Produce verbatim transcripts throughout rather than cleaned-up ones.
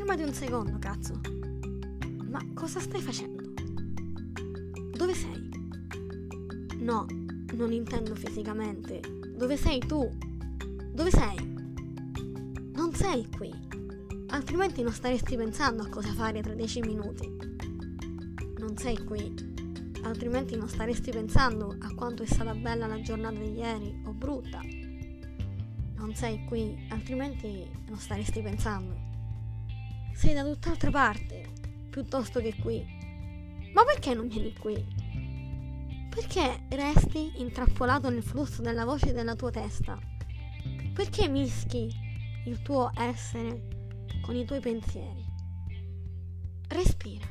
fermati un secondo, cazzo. Ma cosa stai facendo? Dove sei? No, non intendo fisicamente. Dove sei tu? Dove sei? Non sei qui, altrimenti non staresti pensando a cosa fare tra dieci minuti. Non sei qui, altrimenti non staresti pensando a quanto è stata bella la giornata di ieri o brutta. Non sei qui, altrimenti non staresti pensando. Sei da tutt'altra parte, piuttosto che qui. Ma perché non vieni qui? Perché resti intrappolato nel flusso della voce della tua testa? Perché mischi il tuo essere con i tuoi pensieri? Respira.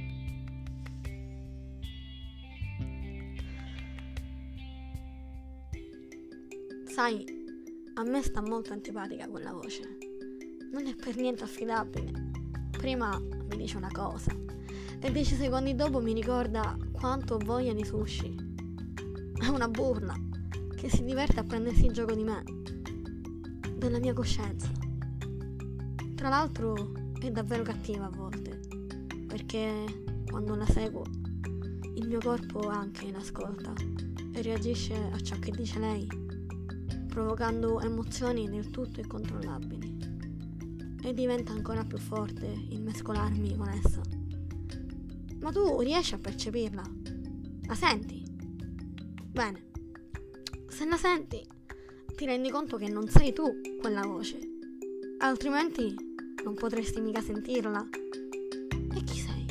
Sai, a me sta molto antipatica quella voce. Non è per niente affidabile. Prima mi dice una cosa e dieci secondi dopo mi ricorda quanto ho voglia di sushi. È una burla che si diverte a prendersi il gioco di me, della mia coscienza. Tra l'altro è davvero cattiva a volte, perché quando la seguo il mio corpo anche l'ascolta e reagisce a ciò che dice lei, provocando emozioni del tutto incontrollabili, e diventa ancora più forte il mescolarmi con essa. Ma tu riesci a percepirla? La senti? Bene, se la senti ti rendi conto che non sei tu quella voce, altrimenti non potresti mica sentirla. E chi sei?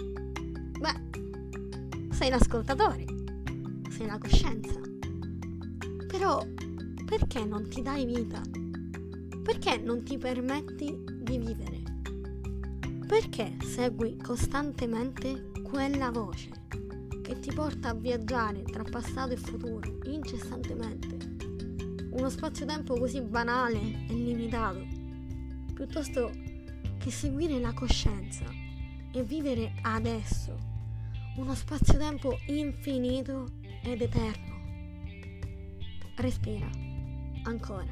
Beh, sei l'ascoltatore, sei la coscienza. Però perché non ti dai vita? Perché non ti permetti di vivere? Perché segui costantemente quella voce che ti porta a viaggiare tra passato e futuro incessantemente? Uno spazio-tempo così banale e limitato, piuttosto che seguire la coscienza e vivere adesso, uno spazio-tempo infinito ed eterno. Respira, ancora.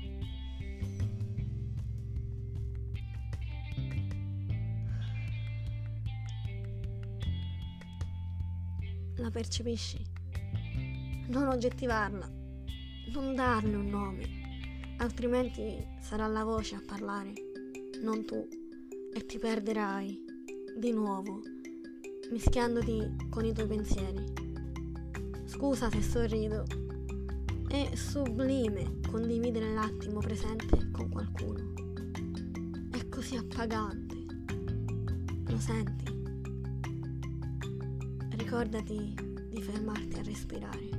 La percepisci? Non oggettivarla, non darle un nome, altrimenti sarà la voce a parlare, non tu, e ti perderai di nuovo, mischiandoti con i tuoi pensieri. Scusa se sorrido, è sublime condividere l'attimo presente con qualcuno. È così appagante, lo senti? Ricordati di fermarti a respirare.